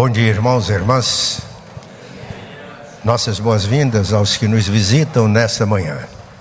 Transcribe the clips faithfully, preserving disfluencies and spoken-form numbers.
Bom dia, irmãos e irmãs. Nossas boas-vindas aos que nos visitam nesta manhã.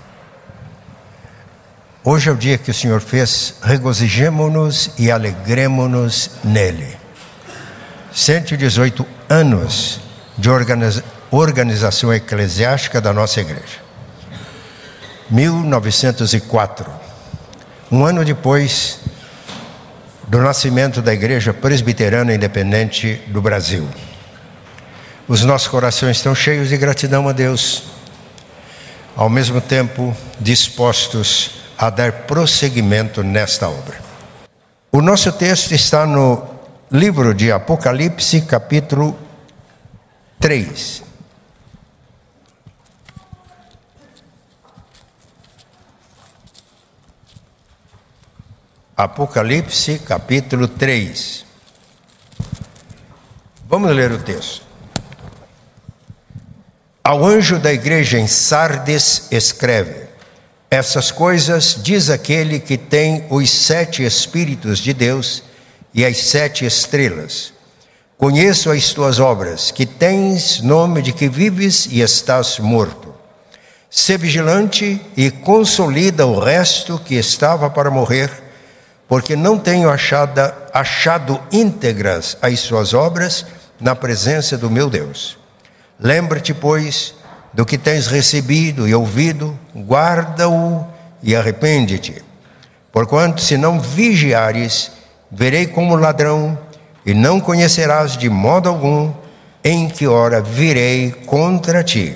Hoje é o dia que o Senhor fez, regozijemo-nos e alegremo-nos nele. cento e dezoito anos de organiza- organização eclesiástica da nossa igreja. mil novecentos e quatro, um ano depois do nascimento da Igreja Presbiterana Independente do Brasil. Os nossos corações estão cheios de gratidão a Deus, ao mesmo tempo dispostos a dar prosseguimento nesta obra. O nosso texto está no livro de Apocalipse, capítulo três. Apocalipse, capítulo três. Vamos ler o texto. Ao anjo da igreja em Sardes escreve: essas coisas diz aquele que tem os sete Espíritos de Deus e as sete estrelas. Conheço as tuas obras, que tens nome de que vives e estás morto. Sê vigilante e consolida o resto que estava para morrer, porque não tenho achado, achado íntegras as suas obras na presença do meu Deus. Lembra-te, pois, do que tens recebido e ouvido, guarda-o e arrepende-te. Porquanto, se não vigiares, verei como ladrão, e não conhecerás de modo algum em que hora virei contra ti.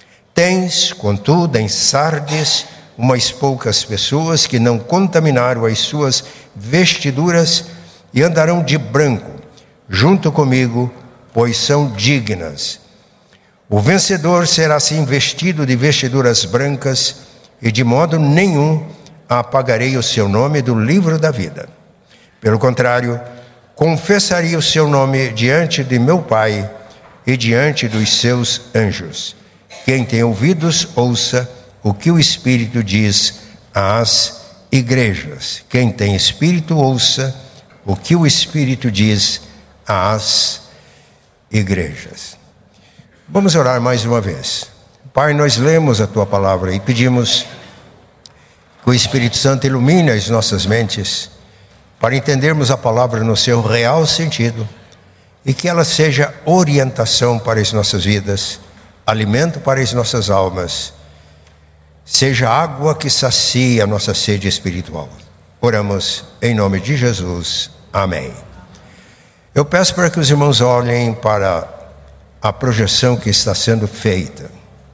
Tens, contudo, em Sardes, umas poucas pessoas que não contaminaram as suas vestiduras e andarão de branco, junto comigo, pois são dignas. O vencedor será assim vestido de vestiduras brancas, e de modo nenhum apagarei o seu nome do livro da vida. Pelo contrário, confessarei o seu nome diante de meu Pai e diante dos seus anjos. Quem tem ouvidos, ouça o que o Espírito diz às igrejas. Quem tem espírito, ouça o que o Espírito diz às igrejas. Vamos orar mais uma vez. Pai, nós lemos a Tua palavra e pedimos que o Espírito Santo ilumine as nossas mentes para entendermos a palavra no seu real sentido e que ela seja orientação para as nossas vidas, alimento para as nossas almas, seja água que sacia a nossa sede espiritual. Oramos em nome de Jesus. Amém. Eu peço para que os irmãos olhem para a projeção que está sendo feita.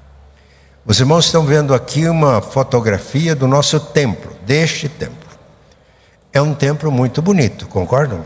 Os irmãos estão vendo aqui uma fotografia do nosso templo, deste templo. É um templo muito bonito, concordam?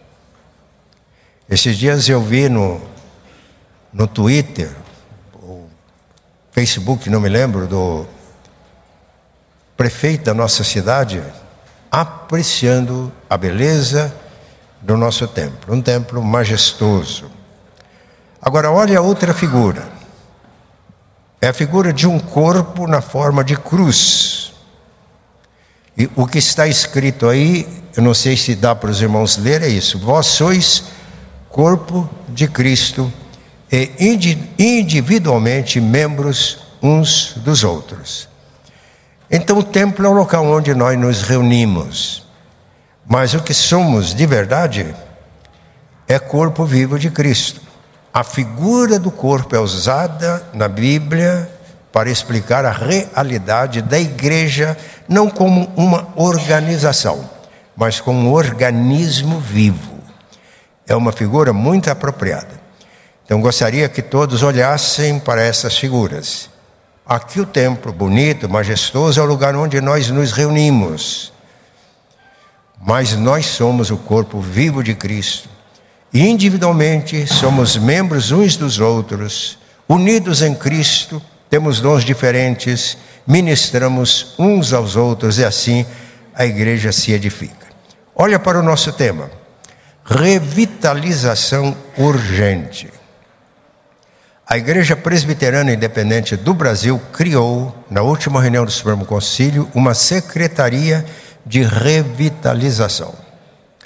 Esses dias eu vi no, no Twitter, ou Facebook, não me lembro, do prefeito da nossa cidade, apreciando a beleza do nosso templo. Um templo majestoso. Agora, olha a outra figura. É a figura de um corpo na forma de cruz. E o que está escrito aí, eu não sei se dá para os irmãos ler, é isso: vós sois corpo de Cristo e individualmente membros uns dos outros. Então o templo é o local onde nós nos reunimos. Mas o que somos de verdade é corpo vivo de Cristo. A figura do corpo é usada na Bíblia para explicar a realidade da igreja, não como uma organização, mas como um organismo vivo. É uma figura muito apropriada. Então gostaria que todos olhassem para essas figuras. Aqui o templo, bonito, majestoso, é o lugar onde nós nos reunimos. Mas nós somos o corpo vivo de Cristo. E individualmente somos membros uns dos outros, unidos em Cristo, temos dons diferentes, ministramos uns aos outros e assim a igreja se edifica. Olha para o nosso tema: revitalização urgente. A Igreja Presbiterana Independente do Brasil criou, na última reunião do Supremo Concílio, uma secretaria de revitalização.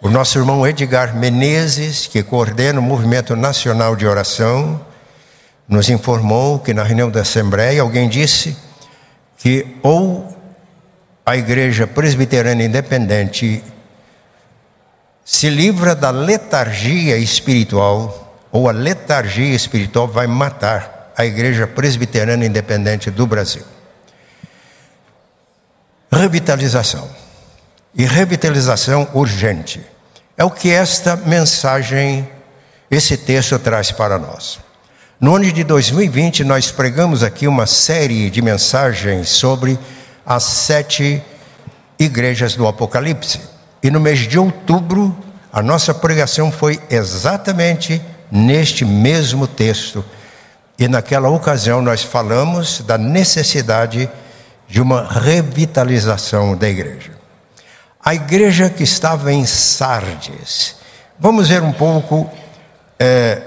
O nosso irmão Edgar Menezes, que coordena o Movimento Nacional de Oração, nos informou que na reunião da Assembleia alguém disse que ou a Igreja Presbiteriana Independente se livra da letargia espiritual, ou a letargia espiritual vai matar a Igreja Presbiteriana Independente do Brasil. Revitalização. E revitalização urgente. É o que esta mensagem, esse texto traz para nós. No ano de dois mil e vinte, nós pregamos aqui uma série de mensagens sobre as sete igrejas do Apocalipse. E no mês de outubro, a nossa pregação foi exatamente neste mesmo texto. E naquela ocasião nós falamos da necessidade de uma revitalização da igreja. A igreja que estava em Sardes. Vamos ver um pouco é,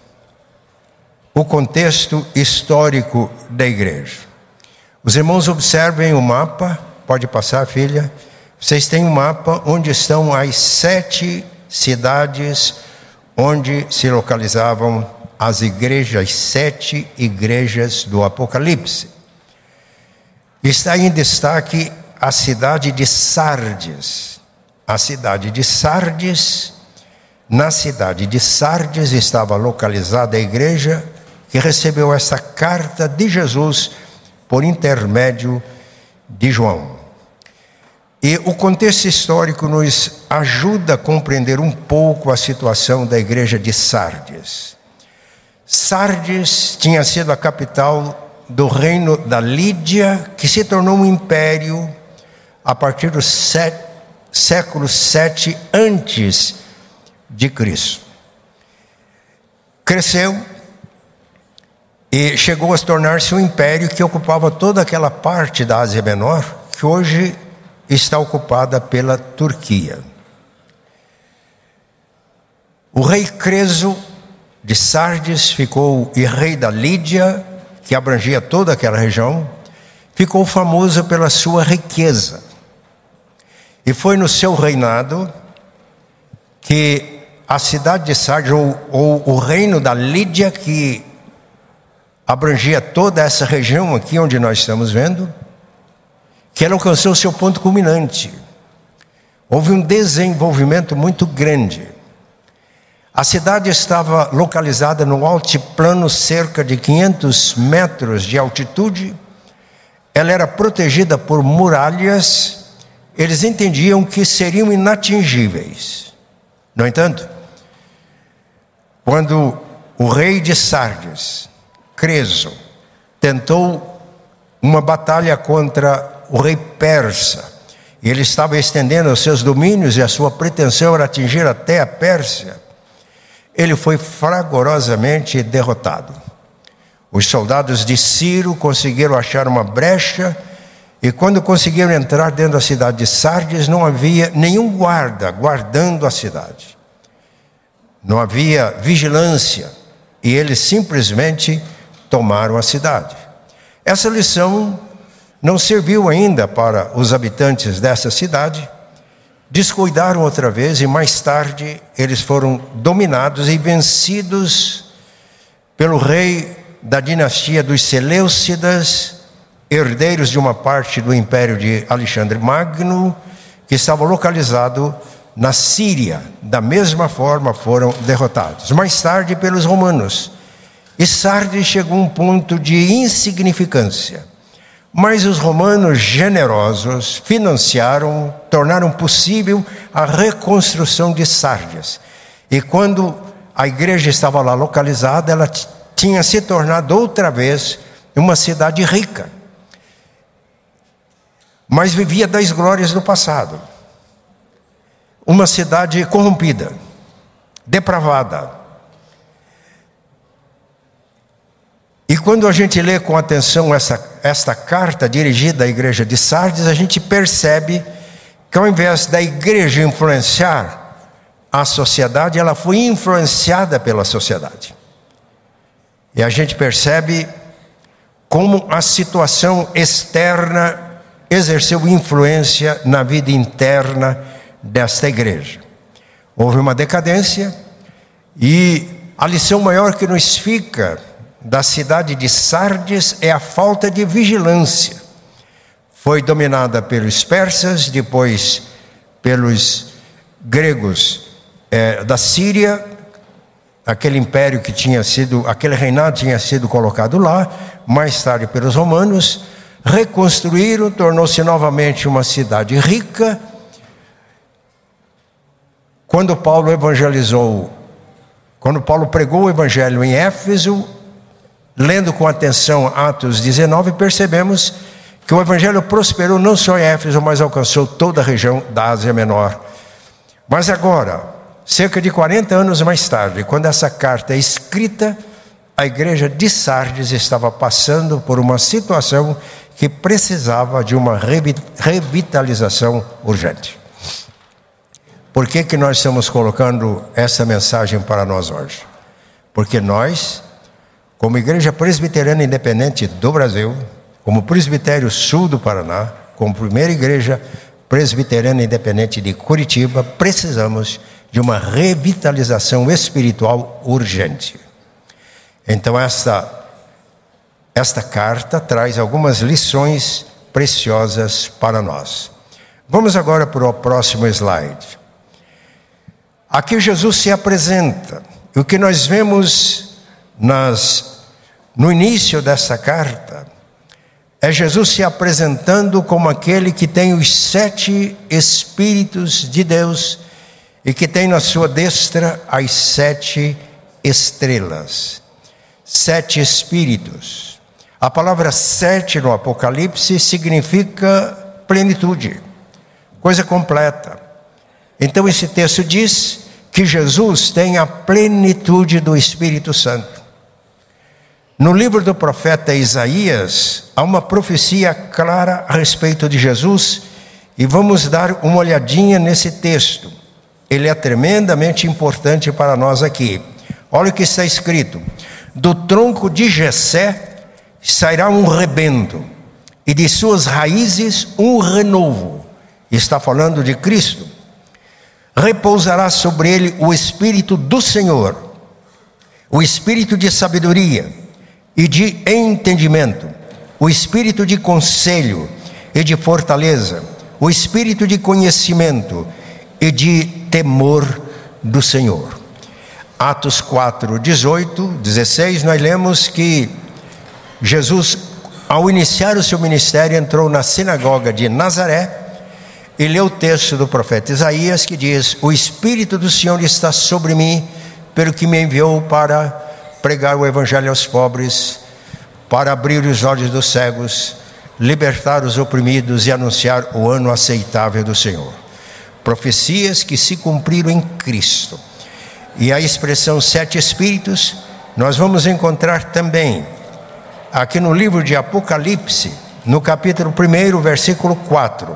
o contexto histórico da igreja. Os irmãos observem o mapa. Pode passar, filha. Vocês têm um mapa onde estão as sete cidades onde se localizavam as igrejas, as sete igrejas do Apocalipse. Está em destaque a cidade de Sardes. A cidade de Sardes, na cidade de Sardes estava localizada a igreja que recebeu essa carta de Jesus por intermédio de João. E o contexto histórico nos ajuda a compreender um pouco a situação da igreja de Sardes. Sardes tinha sido a capital do reino da Lídia, que se tornou um império a partir do set, século sete antes de Cristo. Cresceu e chegou a tornar-se um império que ocupava toda aquela parte da Ásia Menor, que hoje está ocupada pela Turquia. O rei Creso de Sardes ficou, e rei da Lídia, que abrangia toda aquela região, ficou famoso pela sua riqueza. E foi no seu reinado que a cidade de Sardes, ou, ou o reino da Lídia, que abrangia toda essa região aqui onde nós estamos vendo, que ela alcançou seu ponto culminante. Houve um desenvolvimento muito grande. A cidade estava localizada no altiplano, cerca de quinhentos metros de altitude. Ela era protegida por muralhas. Eles entendiam que seriam inatingíveis. No entanto, quando o rei de Sardes, Creso, tentou uma batalha contra o rei persa, e ele estava estendendo os seus domínios e a sua pretensão era atingir até a Pérsia, ele foi fragorosamente derrotado. Os soldados de Ciro conseguiram achar uma brecha, e quando conseguiram entrar dentro da cidade de Sardes, não havia nenhum guarda guardando a cidade. Não havia vigilância, e eles simplesmente tomaram a cidade. Essa lição não serviu ainda para os habitantes dessa cidade. Descuidaram outra vez, e mais tarde eles foram dominados e vencidos pelo rei da dinastia dos Seleucidas, herdeiros de uma parte do império de Alexandre Magno, que estava localizado na Síria. Da mesma forma foram derrotados. Mais tarde pelos romanos. E Sardes chegou a um ponto de insignificância. Mas os romanos generosos financiaram, tornaram possível a reconstrução de Sardes. E quando a igreja estava lá localizada, ela t- tinha se tornado outra vez uma cidade rica. Mas vivia das glórias do passado. Uma cidade corrompida, depravada. E quando a gente lê com atenção essa, esta carta dirigida à igreja de Sardes, a gente percebe que ao invés da igreja influenciar a sociedade, ela foi influenciada pela sociedade. E a gente percebe como a situação externa exerceu influência na vida interna desta igreja. houve uma decadência, e a lição maior que nos fica da cidade de Sardes é a falta de vigilância. Foi dominada pelos persas, depois pelos gregos é, da Síria, aquele império que tinha sido, aquele reinado tinha sido colocado lá, mais tarde pelos romanos, reconstruíram, tornou-se novamente uma cidade rica. Quando Paulo evangelizou, quando Paulo pregou o evangelho em Éfeso, lendo com atenção Atos dezenove, percebemos que o evangelho prosperou não só em Éfeso, mas alcançou toda a região da Ásia Menor. Mas agora, cerca de quarenta anos mais tarde, quando essa carta é escrita, a igreja de Sardes estava passando por uma situação que precisava de uma revitalização urgente. Por que que nós estamos colocando essa mensagem para nós hoje? Porque nós, como Igreja Presbiteriana Independente do Brasil, como Presbitério Sul do Paraná, como primeira Igreja Presbiteriana Independente de Curitiba, precisamos de uma revitalização espiritual urgente. Então esta, esta carta traz algumas lições preciosas para nós. Vamos agora para o próximo slide. Aqui Jesus se apresenta. E o que nós vemos nas, no início dessa carta é Jesus se apresentando como aquele que tem os sete Espíritos de Deus e que tem na sua destra as sete estrelas. Sete Espíritos. A palavra sete no Apocalipse significa plenitude, coisa completa. Então esse texto diz que Jesus tem a plenitude do Espírito Santo. No livro do profeta Isaías, há uma profecia clara a respeito de Jesus, e vamos dar uma olhadinha nesse texto. Ele é tremendamente importante para nós aqui. Olha o que está escrito: do tronco de Jessé sairá um rebento, e de suas raízes um renovo. Está falando de Cristo. Repousará sobre ele o Espírito do Senhor, o Espírito de sabedoria e de entendimento, o Espírito de conselho e de fortaleza, o Espírito de conhecimento e de temor do Senhor. Atos quatro, dezoito, dezesseis, nós lemos que Jesus, ao iniciar o seu ministério, entrou na sinagoga de Nazaré e leu o texto do profeta Isaías, que diz: o Espírito do Senhor está sobre mim, pelo que me enviou para pregar o evangelho aos pobres, para abrir os olhos dos cegos, libertar os oprimidos e anunciar o ano aceitável do Senhor. Profecias que se cumpriram em Cristo. E a expressão sete Espíritos nós vamos encontrar também aqui no livro de Apocalipse, no capítulo um, versículo quatro.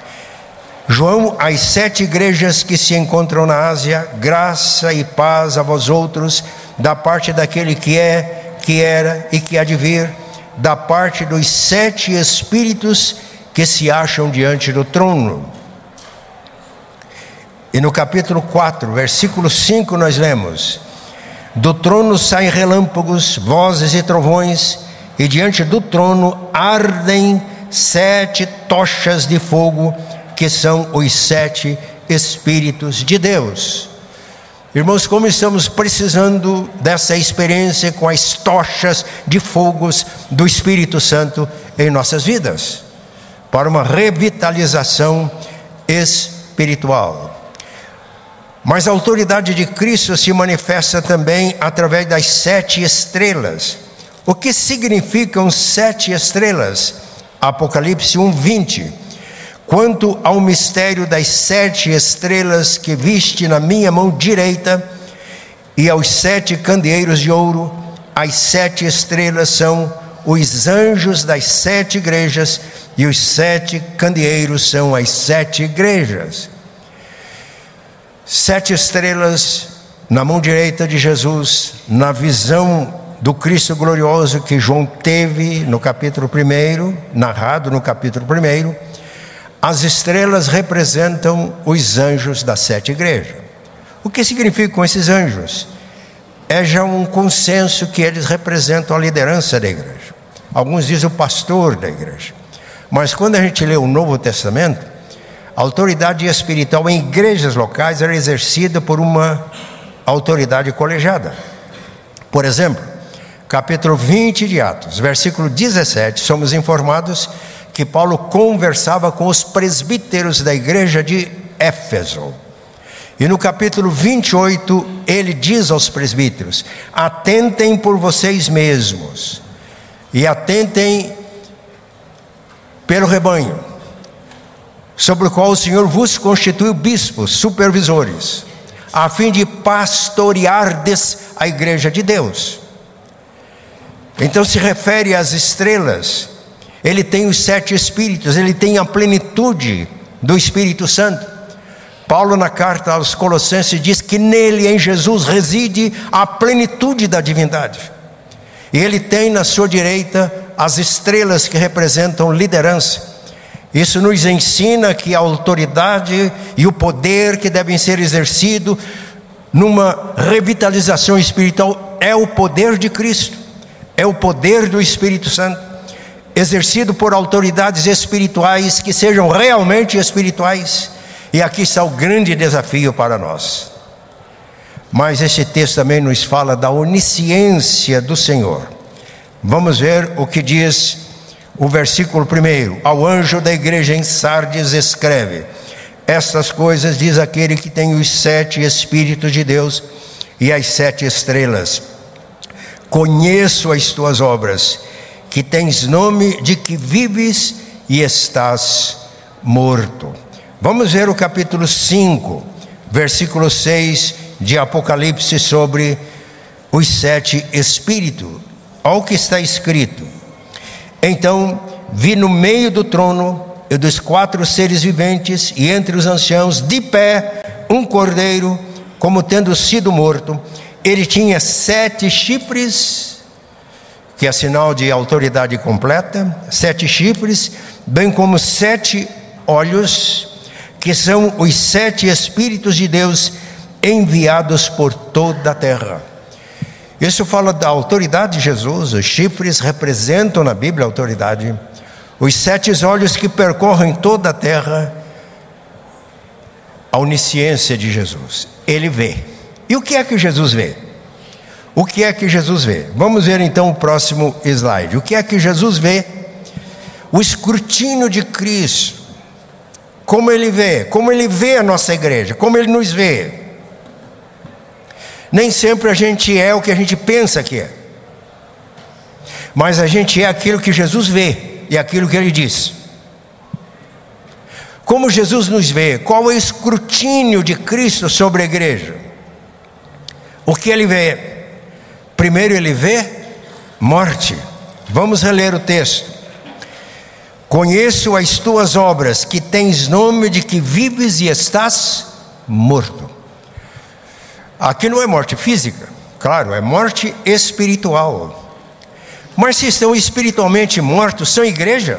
João, às sete igrejas que se encontram na Ásia, graça e paz a vós outros, da parte daquele que é, que era e que há de vir, da parte dos sete Espíritos que se acham diante do trono. E no capítulo quatro, versículo cinco, nós lemos: do trono saem relâmpagos, vozes e trovões, e diante do trono ardem sete tochas de fogo, que são os sete Espíritos de Deus. Irmãos, como estamos precisando dessa experiência com as tochas de fogos do Espírito Santo em nossas vidas, para uma revitalização espiritual. Mas a autoridade de Cristo se manifesta também através das sete estrelas. O que significam sete estrelas? Apocalipse um, vinte. Quanto ao mistério das sete estrelas que viste na minha mão direita, e aos sete candeeiros de ouro, as sete estrelas são os anjos das sete igrejas, e os sete candeeiros são as sete igrejas. Sete estrelas na mão direita de Jesus, na visão do Cristo glorioso que João teve no capítulo primeiro, narrado no capítulo primeiro. As estrelas representam os anjos das sete igrejas. O que significam esses anjos? É já um consenso que eles representam a liderança da igreja. Alguns dizem o pastor da igreja. Mas quando a gente lê o Novo Testamento, a autoridade espiritual em igrejas locais era exercida por uma autoridade colegiada. Por exemplo, capítulo vinte de Atos, versículo dezessete, somos informados que Paulo conversava com os presbíteros da igreja de Éfeso. E no capítulo vinte e oito, ele diz aos presbíteros: atentem por vocês mesmos e atentem pelo rebanho, sobre o qual o Senhor vos constituiu bispos, supervisores, a fim de pastoreardes a igreja de Deus. Então se refere às estrelas. Ele tem os sete espíritos, ele tem a plenitude do Espírito Santo. Paulo, na carta aos Colossenses, diz que nele, em Jesus, reside a plenitude da divindade. E ele tem na sua direita as estrelas que representam liderança. Isso nos ensina que a autoridade e o poder que devem ser exercidos numa revitalização espiritual é o poder de Cristo, é o poder do Espírito Santo, exercido por autoridades espirituais que sejam realmente espirituais. E aqui está o grande desafio para nós. Mas esse texto também nos fala da onisciência do Senhor. Vamos ver o que diz o versículo primeiro. Ao anjo da igreja em Sardes escreve: estas coisas diz aquele que tem os sete Espíritos de Deus e as sete estrelas. Conheço as tuas obras, que tens nome de que vives e estás morto. Vamos ver o capítulo cinco, versículo seis de Apocalipse, sobre os sete Espíritos. Olha o que está escrito: então vi no meio do trono e dos quatro seres viventes e entre os anciãos de pé um cordeiro, como tendo sido morto. Ele tinha sete chifres, que é sinal de autoridade completa, sete chifres, bem como sete olhos, que são os sete Espíritos de Deus enviados por toda a terra. Isso fala da autoridade de Jesus. Os chifres representam na Bíblia a autoridade. Os sete olhos que percorrem toda a terra, a onisciência de Jesus. Ele vê. E o que é que Jesus vê? O que é que Jesus vê? Vamos ver então o próximo slide. O que é que Jesus vê? O escrutínio de Cristo. Como ele vê, como ele vê a nossa igreja, como ele nos vê. Nem sempre a gente é o que a gente pensa que é, mas a gente é aquilo que Jesus vê e aquilo que ele diz. Como Jesus nos vê? Qual é o escrutínio de Cristo sobre a igreja? O que ele vê? Primeiro ele vê morte. Vamos reler o texto. Conheço as tuas obras, que tens nome de que vives e estás morto. Aqui não é morte física, claro, é morte espiritual. Mas se estão espiritualmente mortos, são igreja?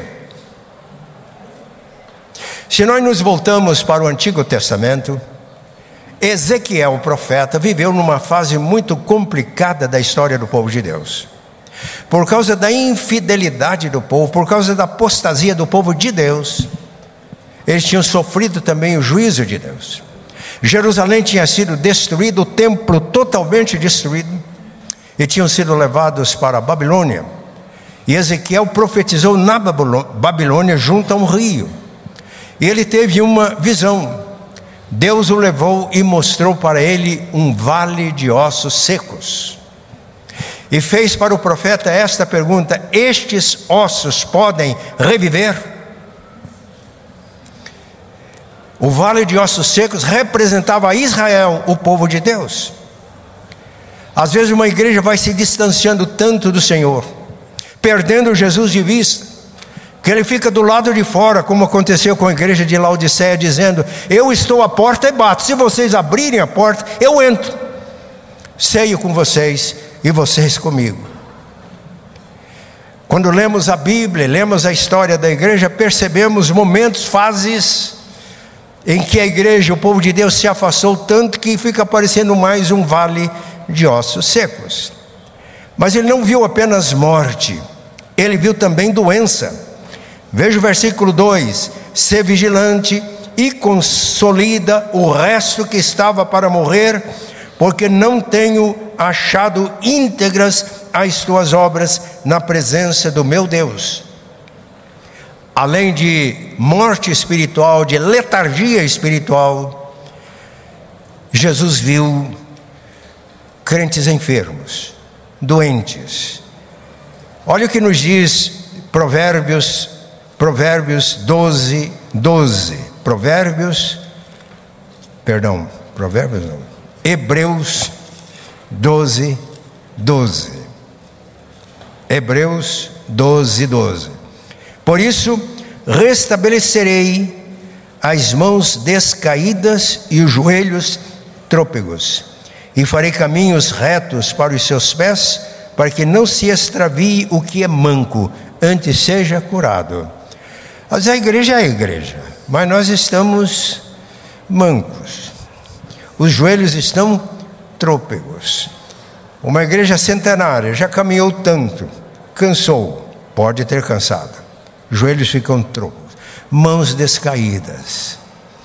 Se nós nos voltamos para o Antigo Testamento, Ezequiel, o profeta, viveu numa fase muito complicada da história do povo de Deus. Por causa da infidelidade do povo, por causa da apostasia do povo de Deus, eles tinham sofrido também o juízo de Deus. Jerusalém tinha sido destruído, o templo totalmente destruído, e tinham sido levados para a Babilônia. E Ezequiel profetizou na Babilônia, junto a um rio. E ele teve uma visão. Deus o levou e mostrou para ele um vale de ossos secos. E fez para o profeta esta pergunta: estes ossos podem reviver? O vale de ossos secos representava Israel, o povo de Deus. Às vezes uma igreja vai se distanciando tanto do Senhor, perdendo Jesus de vista, que ele fica do lado de fora, como aconteceu com a igreja de Laodiceia, dizendo: eu estou à porta e bato, se vocês abrirem a porta, eu entro, ceio com vocês e vocês comigo. Quando lemos a Bíblia, lemos a história da igreja, percebemos momentos, fases em que a igreja, o povo de Deus, se afastou tanto que fica parecendo mais um vale de ossos secos. Mas ele não viu apenas morte, ele viu também doença. Veja o versículo dois: ser vigilante e consolida o resto que estava para morrer, porque não tenho achado íntegras as tuas obras na presença do meu Deus. Além de morte espiritual, de letargia espiritual, Jesus viu crentes enfermos, doentes. Olha o que nos diz Provérbios, Provérbios doze, doze. Provérbios, perdão, Provérbios não, Hebreus doze, doze. Hebreus doze, doze. Por isso, restabelecerei as mãos descaídas e os joelhos trôpegos, e farei caminhos retos para os seus pés, para que não se extravie o que é manco, antes seja curado. Mas a igreja é a igreja, mas nós estamos mancos, os joelhos estão trôpegos. Uma igreja centenária já caminhou tanto, cansou, pode ter cansado, joelhos ficam trôpegos, mãos descaídas.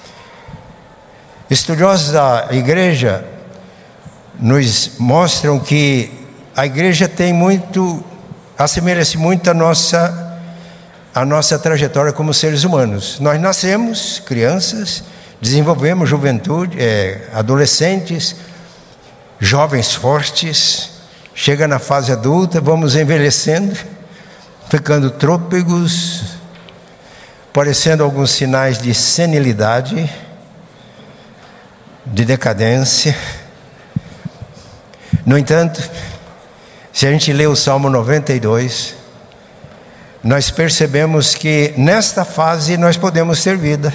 Estudiosos da igreja nos mostram que a igreja tem muito, assemelha-se muito à nossa a nossa trajetória como seres humanos. Nós nascemos crianças, desenvolvemos juventude, é, adolescentes, jovens fortes, chega na fase adulta, vamos envelhecendo, ficando trôpegos, parecendo alguns sinais de senilidade, de decadência. No entanto, se a gente lê o Salmo noventa e dois, nós percebemos que nesta fase nós podemos ter vida.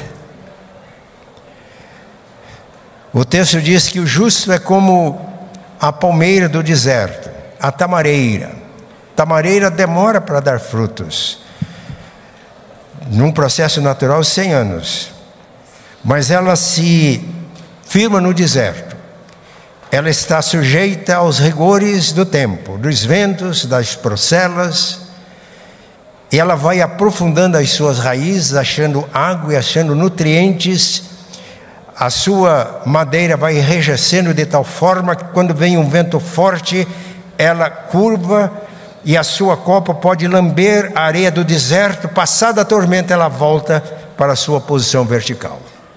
O texto diz que o justo é como a palmeira do deserto, a tamareira. Tamareira demora para dar frutos. Num processo natural, cem anos. Mas ela se firma no deserto. Ela está sujeita aos rigores do tempo, dos ventos, das procelas. E ela vai aprofundando as suas raízes, achando água e achando nutrientes. A sua madeira vai enrijecendo de tal forma que quando vem um vento forte, ela curva e a sua copa pode lamber a areia do deserto. Passada a tormenta, ela volta para a sua posição vertical.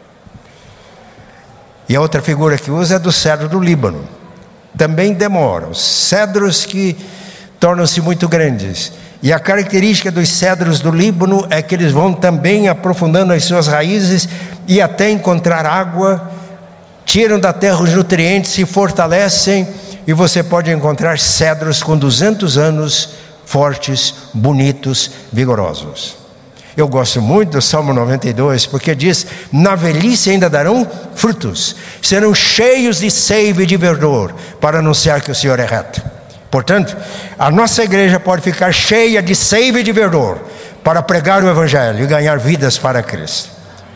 E a outra figura que usa é do cedro do Líbano. Também demora. Os cedros que tornam-se muito grandes. E a característica dos cedros do Líbano é que eles vão também aprofundando as suas raízes e até encontrar água, tiram da terra os nutrientes, se fortalecem, e você pode encontrar cedros com duzentos anos, fortes, bonitos, vigorosos. Eu gosto muito do Salmo noventa e dois, porque diz: na velhice ainda darão frutos, serão cheios de seiva e de verdor, para anunciar que o Senhor é reto. Portanto, a nossa igreja pode ficar cheia de seiva e de verdor para pregar o Evangelho e ganhar vidas para Cristo.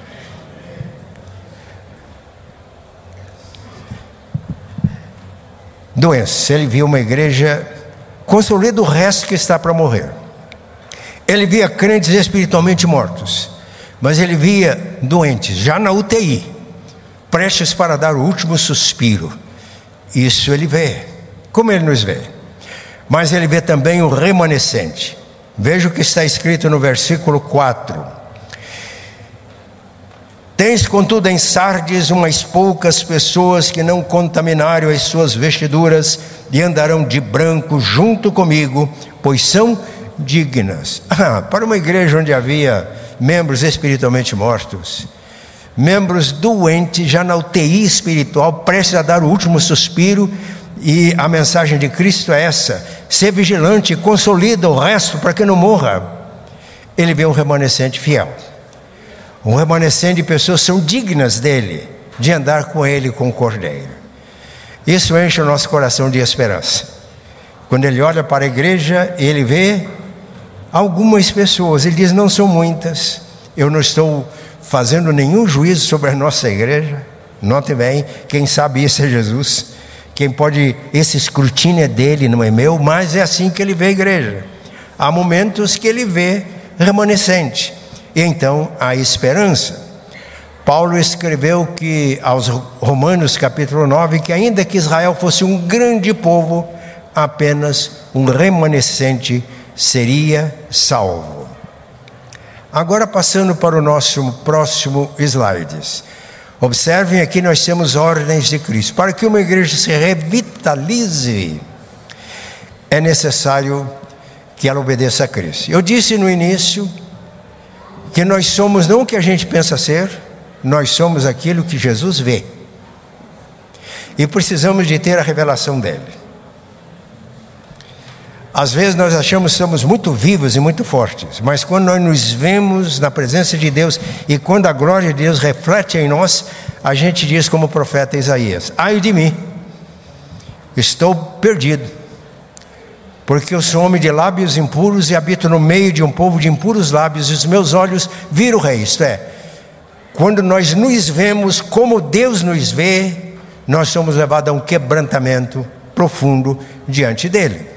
Doença. Ele viu uma igreja consolida o resto que está para morrer. Ele via crentes espiritualmente mortos, mas ele via doentes, já na U T I, prestes para dar o último suspiro. Isso ele vê. Como ele nos vê? Mas ele vê também o remanescente. Veja o que está escrito no versículo quatro. Tens, contudo, em Sardes umas poucas pessoas que não contaminaram as suas vestiduras e andarão de branco junto comigo, pois são dignas. Ah, para uma igreja onde havia membros espiritualmente mortos, membros doentes, já na U T I espiritual, prestes a dar o último suspiro. E a mensagem de Cristo é essa: ser vigilante, consolida o resto para que não morra. Ele vê um remanescente fiel, um remanescente de pessoas que são dignas dele, de andar com ele, com o Cordeiro. Isso enche o nosso coração de esperança. Quando ele olha para a igreja, ele vê algumas pessoas, ele diz: não são muitas, eu não estou fazendo nenhum juízo sobre a nossa igreja. Note bem, quem sabe isso é Jesus. Quem pode, esse escrutínio é dele, não é meu, mas é assim que ele vê a igreja. Há momentos que ele vê remanescente, e então há esperança. Paulo escreveu que aos Romanos capítulo nove, que ainda que Israel fosse um grande povo, apenas um remanescente seria salvo. Agora passando para o nosso próximo slide. Observem aqui, nós temos ordens de Cristo. Para que uma igreja se revitalize, é necessário que ela obedeça a Cristo. Eu disse no início que nós somos não o que a gente pensa ser, nós somos aquilo que Jesus vê. E precisamos de ter a revelação dele. Às vezes nós achamos que somos muito vivos e muito fortes, mas quando nós nos vemos na presença de Deus e quando a glória de Deus reflete em nós, a gente diz como o profeta Isaías: ai de mim, estou perdido, porque eu sou homem de lábios impuros e habito no meio de um povo de impuros lábios, e os meus olhos viram o Rei. Isto é, quando nós nos vemos como Deus nos vê, nós somos levados a um quebrantamento profundo diante dele.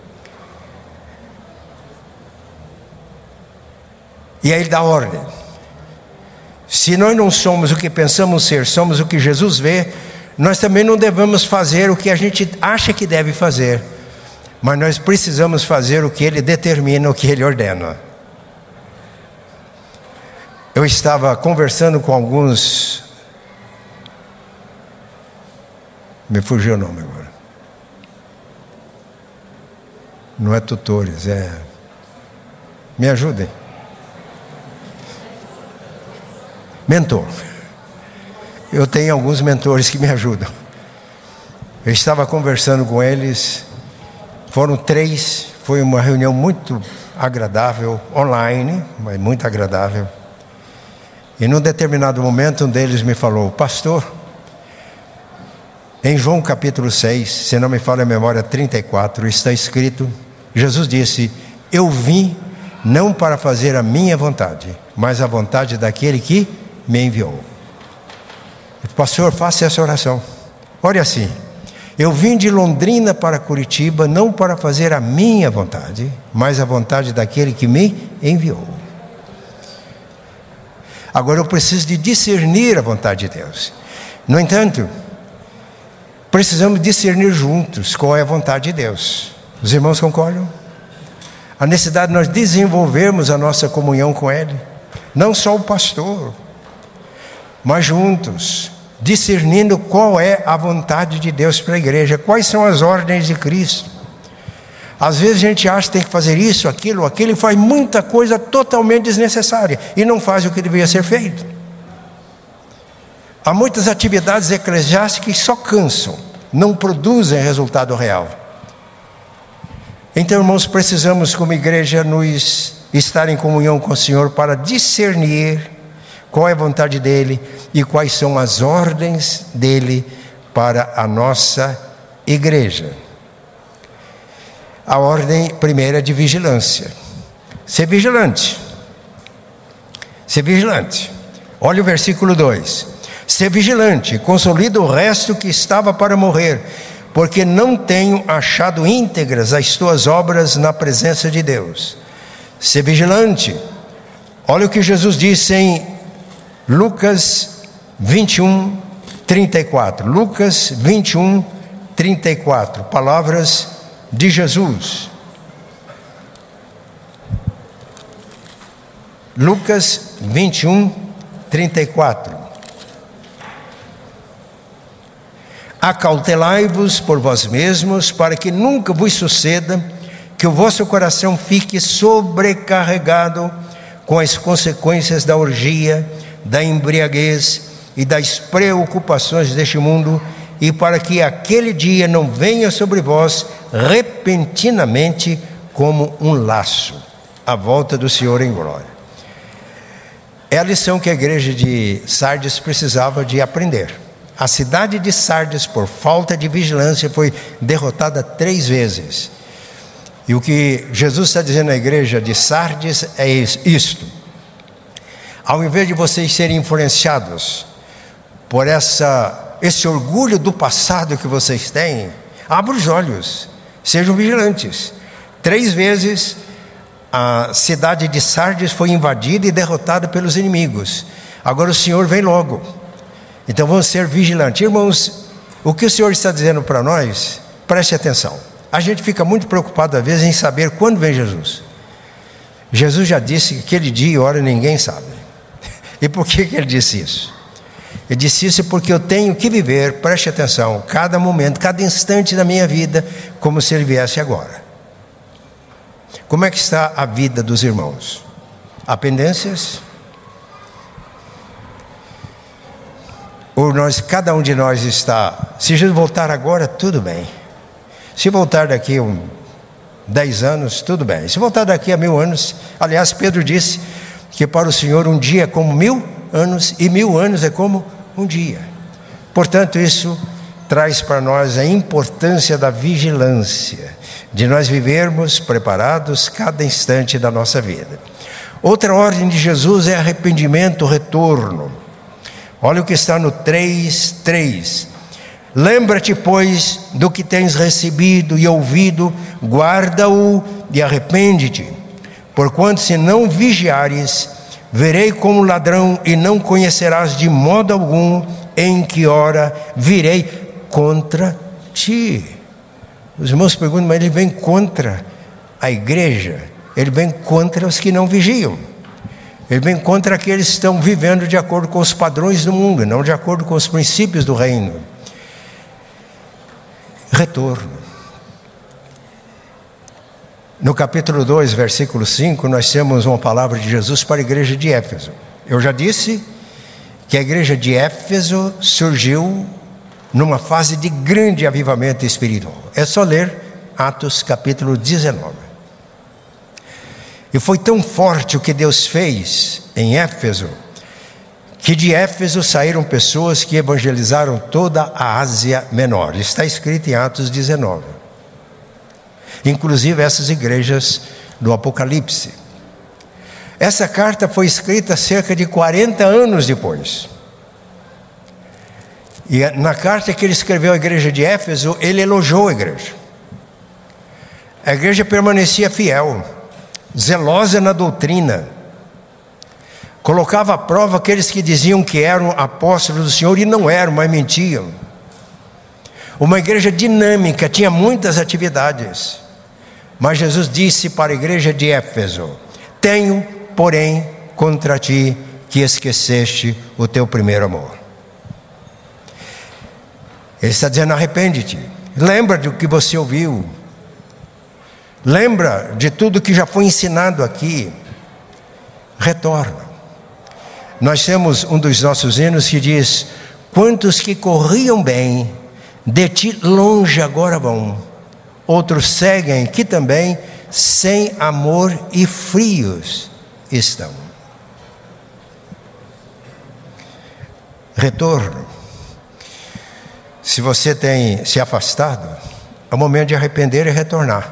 E aí ele dá ordem. Se nós não somos o que pensamos ser, somos o que Jesus vê, nós também não devemos fazer o que a gente acha que deve fazer, mas nós precisamos fazer o que ele determina, o que ele ordena. Eu estava conversando com alguns, me fugiu o nome agora, não é tutores, é, me ajudem. Mentor. Eu tenho alguns mentores que me ajudam. Eu estava conversando com eles, foram três, foi uma reunião muito agradável, online, mas muito agradável. E num determinado momento um deles me falou: pastor, em João capítulo seis, se não me falha a memória, trinta e quatro, está escrito, Jesus disse: eu vim não para fazer a minha vontade, mas a vontade daquele que me enviou. Pastor, faça essa oração. Olha assim: eu vim de Londrina para Curitiba não para fazer a minha vontade, mas a vontade daquele que me enviou. Agora eu preciso de discernir a vontade de Deus. No entanto, precisamos discernir juntos qual é a vontade de Deus. Os irmãos concordam? A necessidade de nós desenvolvermos a nossa comunhão com Ele, não só o pastor, mas juntos, discernindo qual é a vontade de Deus para a igreja, quais são as ordens de Cristo. Às vezes a gente acha que tem que fazer isso, aquilo, aquilo, e faz muita coisa totalmente desnecessária, e não faz o que deveria ser feito. Há muitas atividades eclesiásticas que só cansam, não produzem resultado real. Então, irmãos, precisamos como igreja nos estar em comunhão com o Senhor para discernir qual é a vontade dEle e quais são as ordens dEle para a nossa igreja. A ordem primeira é de vigilância. Ser vigilante. Ser vigilante. Olha o versículo dois. Ser vigilante, consolida o resto que estava para morrer, porque não tenho achado íntegras as tuas obras na presença de Deus. Ser vigilante. Olha o que Jesus disse em Lucas vinte e um, trinta e quatro. Lucas vinte e um, trinta e quatro. Palavras de Jesus. Lucas vinte e um, trinta e quatro. Acautelai-vos por vós mesmos, para que nunca vos suceda que o vosso coração fique sobrecarregado com as consequências da orgia, da embriaguez e das preocupações deste mundo, e para que aquele dia não venha sobre vós repentinamente como um laço, a volta do Senhor em glória. É a lição que a igreja de Sardes precisava de aprender. A cidade de Sardes, por falta de vigilância, foi derrotada três vezes. E o que Jesus está dizendo à igreja de Sardes é isto: Ao invés de vocês serem influenciados por essa, esse orgulho do passado que vocês têm, abram os olhos, sejam vigilantes. Três vezes a cidade de Sardes foi invadida e derrotada pelos inimigos. Agora o Senhor vem logo. Então vamos ser vigilantes. Irmãos, o que o Senhor está dizendo para nós, preste atenção. A gente fica muito preocupado às vezes em saber quando vem Jesus. Jesus já disse que aquele dia e hora ninguém sabe. E por que que ele disse isso? Ele disse isso porque eu tenho que viver, preste atenção, cada momento, cada instante da minha vida, como se ele viesse agora. Como é que está a vida dos irmãos? Há pendências? Ou nós, cada um de nós está, se Jesus voltar agora, tudo bem. Se voltar daqui a um, dez anos, tudo bem. Se voltar daqui a mil anos, aliás, Pedro disse que para o Senhor um dia é como mil anos e mil anos é como um dia. Portanto, isso traz para nós a importância da vigilância, de nós vivermos preparados cada instante da nossa vida. Outra ordem de Jesus é arrependimento, retorno. Olha o que está no três, três. Lembra-te, pois, do que tens recebido e ouvido, guarda-o e arrepende-te. Porquanto se não vigiares, verei como ladrão e não conhecerás de modo algum em que hora virei contra ti. Os irmãos perguntam, mas ele vem contra a igreja? Ele vem contra os que não vigiam. Ele vem contra aqueles que estão vivendo de acordo com os padrões do mundo, não de acordo com os princípios do reino. Retorno. No capítulo dois, versículo cinco, nós temos uma palavra de Jesus para a igreja de Éfeso. Eu já disse que a igreja de Éfeso surgiu numa fase de grande avivamento espiritual. É só ler Atos capítulo dezenove. E foi tão forte o que Deus fez em Éfeso, que de Éfeso saíram pessoas que evangelizaram toda a Ásia Menor. Está escrito em Atos dezenove. Inclusive essas igrejas do Apocalipse. Essa carta foi escrita cerca de quarenta anos depois. E na carta que ele escreveu à igreja de Éfeso, ele elogiou a igreja. A igreja permanecia fiel, zelosa na doutrina, colocava à prova aqueles que diziam que eram apóstolos do Senhor e não eram, mas mentiam. Uma igreja dinâmica, tinha muitas atividades. Mas Jesus disse para a igreja de Éfeso: tenho, porém, contra ti que esqueceste o teu primeiro amor. Ele está dizendo: arrepende-te, lembra do que você ouviu, lembra de tudo que já foi ensinado aqui, retorna. Nós temos um dos nossos hinos que diz: quantos que corriam bem, de ti longe agora vão, outros seguem que também sem amor e frios estão. Retorno. Se você tem se afastado, é o momento de arrepender e retornar.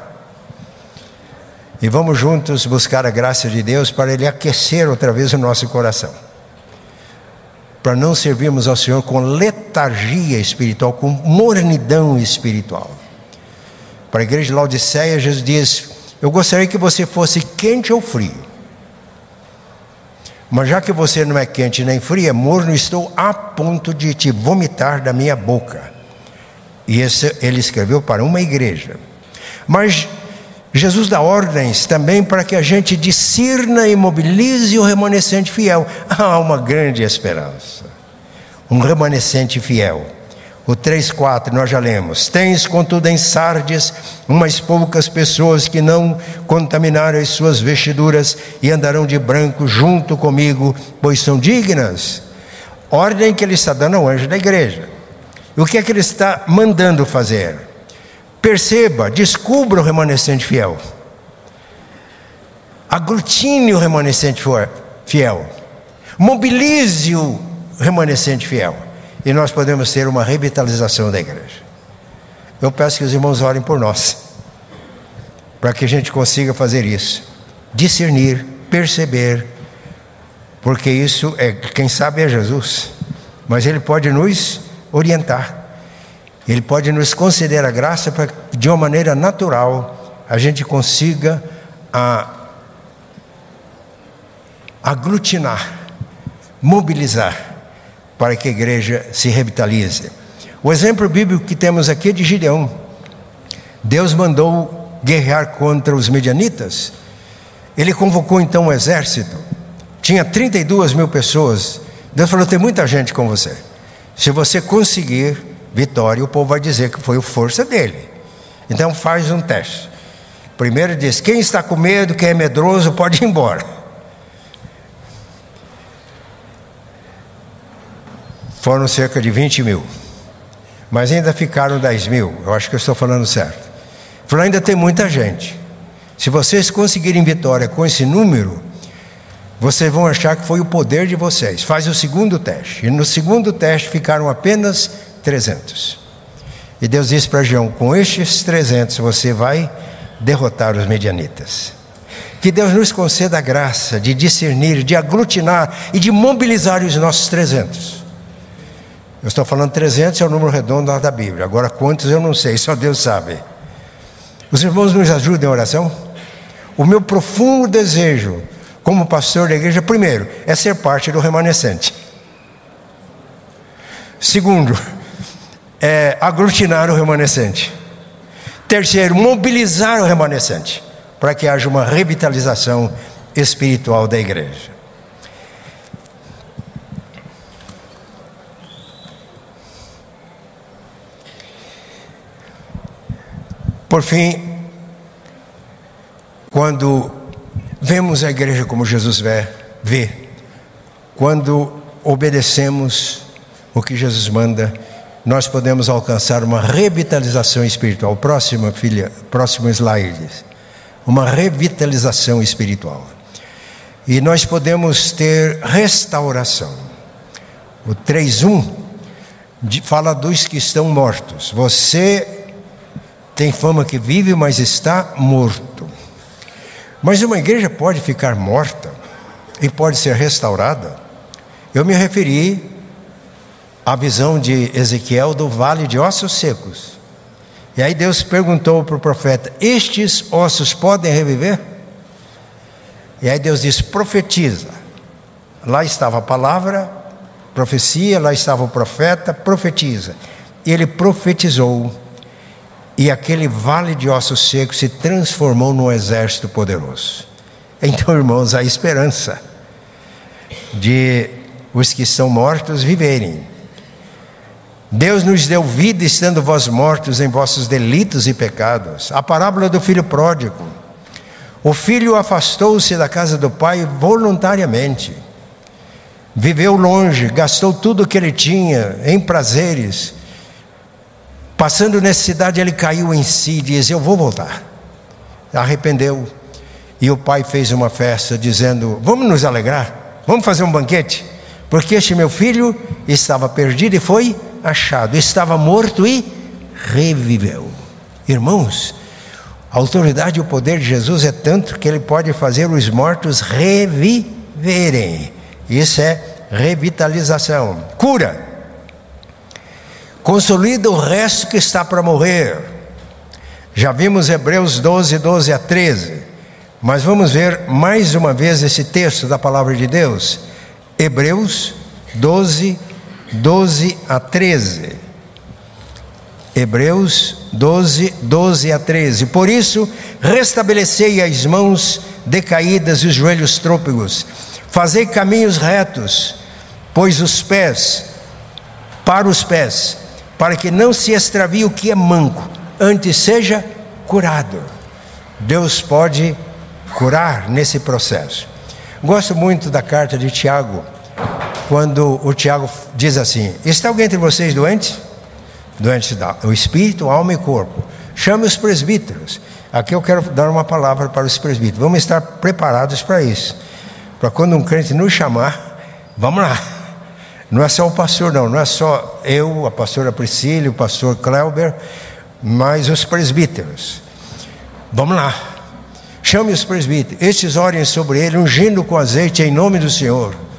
E vamos juntos buscar a graça de Deus para Ele aquecer outra vez o nosso coração, para não servirmos ao Senhor com letargia espiritual, com mornidão espiritual. Para a igreja de Laodiceia, Jesus diz: eu gostaria que você fosse quente ou frio, mas já que você não é quente nem frio, é morno, estou a ponto de te vomitar da minha boca. E esse ele escreveu para uma igreja. Mas Jesus dá ordens também para que a gente discirna e mobilize o remanescente fiel. Há uma grande esperança, um remanescente fiel. O três, quatro nós já lemos: tens contudo em Sardes umas poucas pessoas que não contaminaram as suas vestiduras e andarão de branco junto comigo, pois são dignas. Ordem que ele está dando ao anjo da igreja. E o que é que ele está mandando fazer? Perceba, descubra o remanescente fiel, aglutine o remanescente fiel, mobilize o remanescente fiel, e nós podemos ter uma revitalização da igreja. Eu peço que os irmãos orem por nós, para que a gente consiga fazer isso, discernir, perceber, porque isso é, quem sabe é Jesus, mas Ele pode nos orientar, Ele pode nos conceder a graça para que de uma maneira natural a gente consiga a, aglutinar, mobilizar para que a igreja se revitalize. O exemplo bíblico que temos aqui é de Gideão. Deus mandou guerrear contra os medianitas. Ele convocou então um exército, tinha trinta e duas mil pessoas. Deus falou: tem muita gente com você, se você conseguir vitória, o povo vai dizer que foi a força dele. Então faz um teste. Primeiro diz: quem está com medo, quem é medroso, pode ir embora. Foram cerca de vinte mil, mas ainda ficaram dez mil, eu acho que eu estou falando certo. Falou: ainda tem muita gente, se vocês conseguirem vitória com esse número, vocês vão achar que foi o poder de vocês. Faz o segundo teste, e no segundo teste ficaram apenas trezentos. E Deus disse para Gideão: com estes trezentos você vai derrotar os medianitas. Que Deus nos conceda a graça de discernir, de aglutinar e de mobilizar os nossos trezentos. Eu estou falando trezentos, é o número redondo lá da Bíblia. Agora quantos eu não sei, só Deus sabe. Os irmãos nos ajudem em oração? O meu profundo desejo como pastor da igreja, primeiro, é ser parte do remanescente. Segundo, é aglutinar o remanescente. Terceiro, mobilizar o remanescente, para que haja uma revitalização espiritual da igreja. Por fim, quando vemos a igreja como Jesus vê, vê, quando obedecemos o que Jesus manda, nós podemos alcançar uma revitalização espiritual. Próxima, filha, próximo slide. Uma revitalização espiritual. E nós podemos ter restauração. O três um fala dos que estão mortos. Você tem fama que vive, mas está morto. Mas uma igreja pode ficar morta e pode ser restaurada? Eu me referi à visão de Ezequiel do vale de ossos secos. E aí Deus perguntou para o profeta: estes ossos podem reviver? E aí Deus disse: profetiza. Lá estava a palavra, profecia, lá estava o profeta, profetiza. E ele profetizou, e aquele vale de ossos secos se transformou num exército poderoso. Então, irmãos, há esperança de os que estão mortos viverem. Deus nos deu vida estando vós mortos em vossos delitos e pecados. A parábola do filho pródigo. O filho afastou-se da casa do pai voluntariamente. Viveu longe, gastou tudo o que ele tinha em prazeres. Passando necessidade, ele caiu em si e diz: eu vou voltar. Arrependeu. E o pai fez uma festa dizendo: vamos nos alegrar, vamos fazer um banquete, porque este meu filho estava perdido e foi achado, estava morto e reviveu. Irmãos, a autoridade e o poder de Jesus é tanto que ele pode fazer os mortos reviverem. Isso é revitalização. Cura. Consolida o resto que está para morrer. Já vimos Hebreus doze, doze a treze. Mas vamos ver mais uma vez esse texto da palavra de Deus. Hebreus doze, doze a treze. Hebreus doze, doze a treze. Por isso, restabelecei as mãos decaídas e os joelhos trôpegos. Fazei caminhos retos, pois os pés, para os pés, para que não se extravie o que é manco, antes seja curado. Deus pode curar nesse processo. Gosto muito da carta de Tiago, quando o Tiago diz assim: está alguém entre vocês doente? Doente do espírito, alma e corpo. Chame os presbíteros. Aqui eu quero dar uma palavra para os presbíteros. Vamos estar preparados para isso, para quando um crente nos chamar, vamos lá. Não é só o pastor, não, não é só eu, a pastora Priscila, o pastor Cléuber, mas os presbíteros. Vamos lá, chame os presbíteros, estes orem sobre ele, ungindo com azeite em nome do Senhor.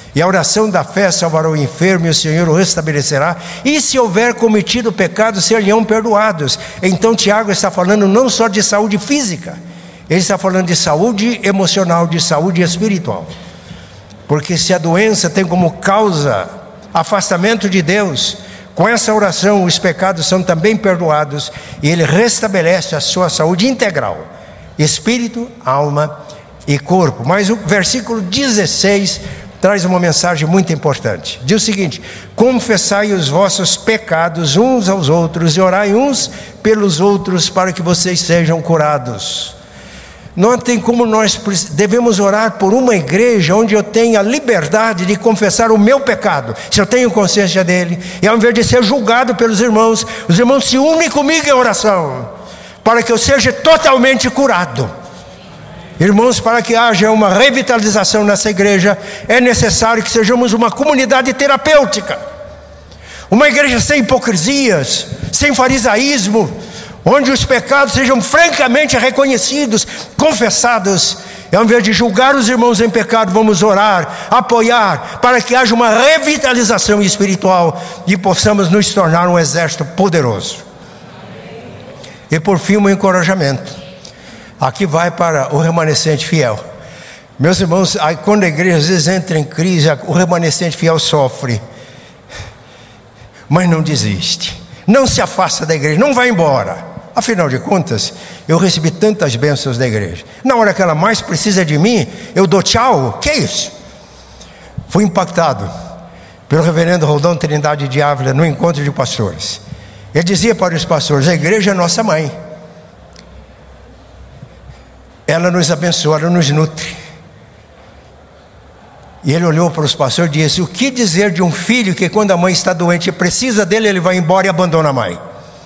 E a oração da fé salvará o enfermo e o Senhor o restabelecerá. E se houver cometido pecado, ser-lhe-ão perdoados. Então Tiago está falando não só de saúde física, ele está falando de saúde emocional, de saúde espiritual. Porque se a doença tem como causa afastamento de Deus, com essa oração os pecados são também perdoados e ele restabelece a sua saúde integral, espírito, alma e corpo. Mas o versículo dezesseis traz uma mensagem muito importante. Diz o seguinte: confessai os vossos pecados uns aos outros e orai uns pelos outros para que vocês sejam curados. Não tem como nós devemos orar por uma igreja onde eu tenha liberdade de confessar o meu pecado, se eu tenho consciência dele, e ao invés de ser julgado pelos irmãos, os irmãos se unem comigo em oração, para que eu seja totalmente curado. Irmãos, para que haja uma revitalização nessa igreja, é necessário que sejamos uma comunidade terapêutica, uma igreja sem hipocrisias, sem farisaísmo, onde os pecados sejam francamente reconhecidos, confessados, e ao invés de julgar os irmãos em pecado, vamos orar, apoiar, para que haja uma revitalização espiritual e possamos nos tornar um exército poderoso. E por fim, um encorajamento. Aqui vai para o remanescente fiel. Meus irmãos, aí quando a igreja às vezes entra em crise, o remanescente fiel sofre, mas não desiste, não se afasta da igreja, não vai embora. Afinal de contas, eu recebi tantas bênçãos da igreja. Na hora que ela mais precisa de mim, eu dou tchau. Que é isso? Fui impactado pelo reverendo Roldão Trindade de Ávila no encontro de pastores. Ele dizia para os pastores: a igreja é nossa mãe. Ela nos abençoa, ela nos nutre. E ele olhou para os pastores e disse: o que dizer de um filho que quando a mãe está doente e precisa dele, ele vai embora e abandona a mãe?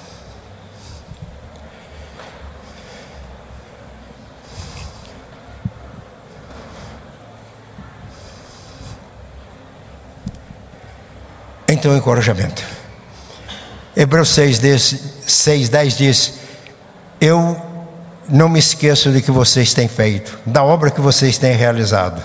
Então, encorajamento. Hebreus seis, dez diz: eu não me esqueço do que vocês têm feito, da obra que vocês têm realizado.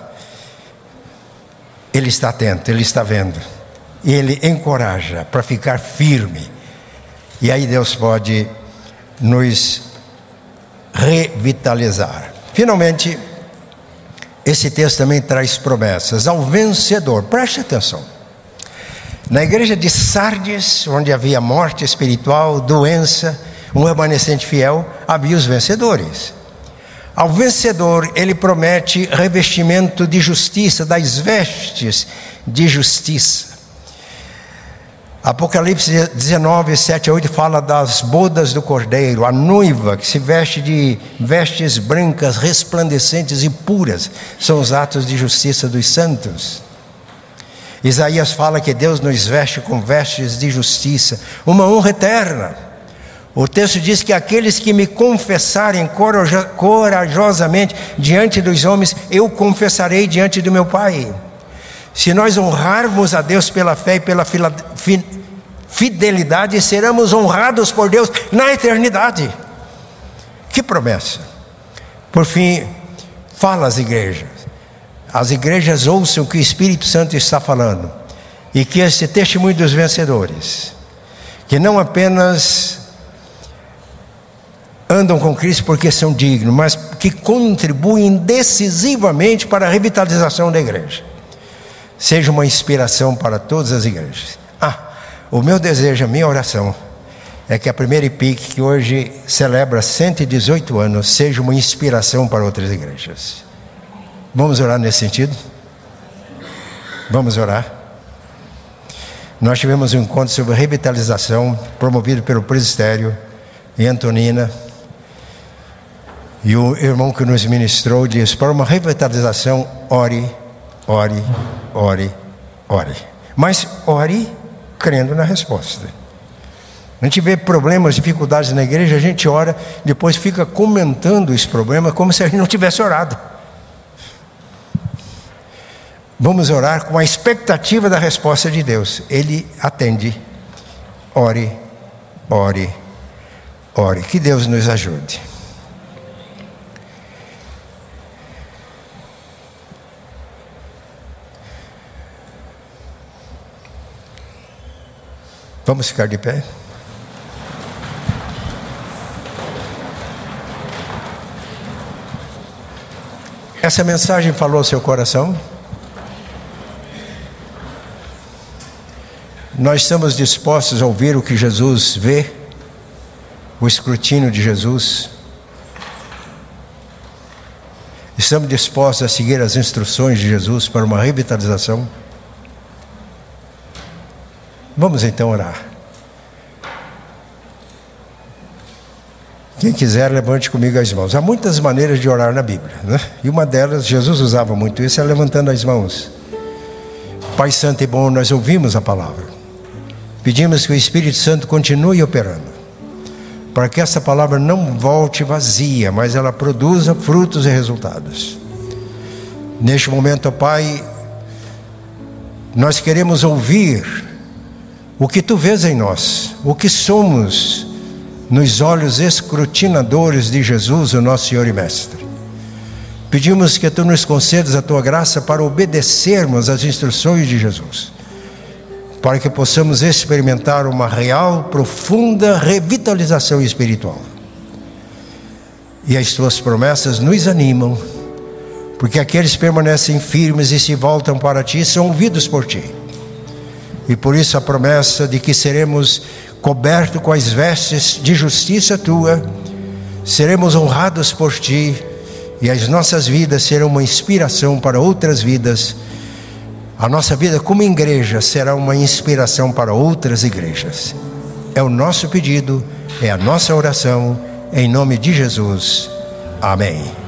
Ele está atento, ele está vendo, e ele encoraja para ficar firme. E aí Deus pode nos revitalizar. Finalmente, esse texto também traz promessas ao vencedor. Preste atenção. Na igreja de Sardes, onde havia morte espiritual, doença, um remanescente fiel, havia os vencedores. Ao vencedor, ele promete revestimento de justiça, das vestes de justiça. Apocalipse dezenove, sete a oito fala das bodas do Cordeiro, a noiva que se veste de vestes brancas, resplandecentes e puras, são os atos de justiça dos santos. Isaías fala que Deus nos veste com vestes de justiça, uma honra eterna. O texto diz que aqueles que me confessarem corajosamente diante dos homens, eu confessarei diante do meu Pai. Se nós honrarmos a Deus pela fé e pela fidelidade, seremos honrados por Deus na eternidade. Que promessa! Por fim, fala às igrejas. As igrejas ouçam o que o Espírito Santo está falando, e que esse testemunho dos vencedores, que não apenas andam com Cristo porque são dignos, mas que contribuem decisivamente para a revitalização da igreja, seja uma inspiração para todas as igrejas. Ah, o meu desejo, a minha oração, é que a primeira I P I C, que hoje celebra cento e dezoito anos, seja uma inspiração para outras igrejas. Vamos orar nesse sentido? Vamos orar. Nós tivemos um encontro sobre revitalização, promovido pelo presbitério em Antonina, e o irmão que nos ministrou disse: para uma revitalização, ore, ore, ore, ore. Mas ore crendo na resposta. A gente vê problemas, dificuldades na igreja, a gente ora, depois fica comentando esse problema como se a gente não tivesse orado. Vamos orar com a expectativa da resposta de Deus. Ele atende. Ore, ore, ore. Que Deus nos ajude. Vamos ficar de pé? Essa mensagem falou ao seu coração? Nós estamos dispostos a ouvir o que Jesus vê, o escrutínio de Jesus? Estamos dispostos a seguir as instruções de Jesus para uma revitalização? Vamos então orar. Quem quiser, levante comigo as mãos. Há muitas maneiras de orar na Bíblia, né? E uma delas, Jesus usava muito isso, é levantando as mãos. Pai Santo e bom, nós ouvimos a palavra. Pedimos que o Espírito Santo continue operando, para que essa palavra não volte vazia, mas ela produza frutos e resultados. Neste momento, ó Pai, nós queremos ouvir o que Tu vês em nós, o que somos nos olhos escrutinadores de Jesus, o nosso Senhor e Mestre. Pedimos que Tu nos concedas a Tua graça para obedecermos às instruções de Jesus, para que possamos experimentar uma real, profunda revitalização espiritual. E as Tuas promessas nos animam, porque aqueles que permanecem firmes e se voltam para Ti são ouvidos por Ti. E por isso a promessa de que seremos cobertos com as vestes de justiça Tua, seremos honrados por Ti, e as nossas vidas serão uma inspiração para outras vidas. A nossa vida como igreja será uma inspiração para outras igrejas. É o nosso pedido, é a nossa oração, em nome de Jesus. Amém.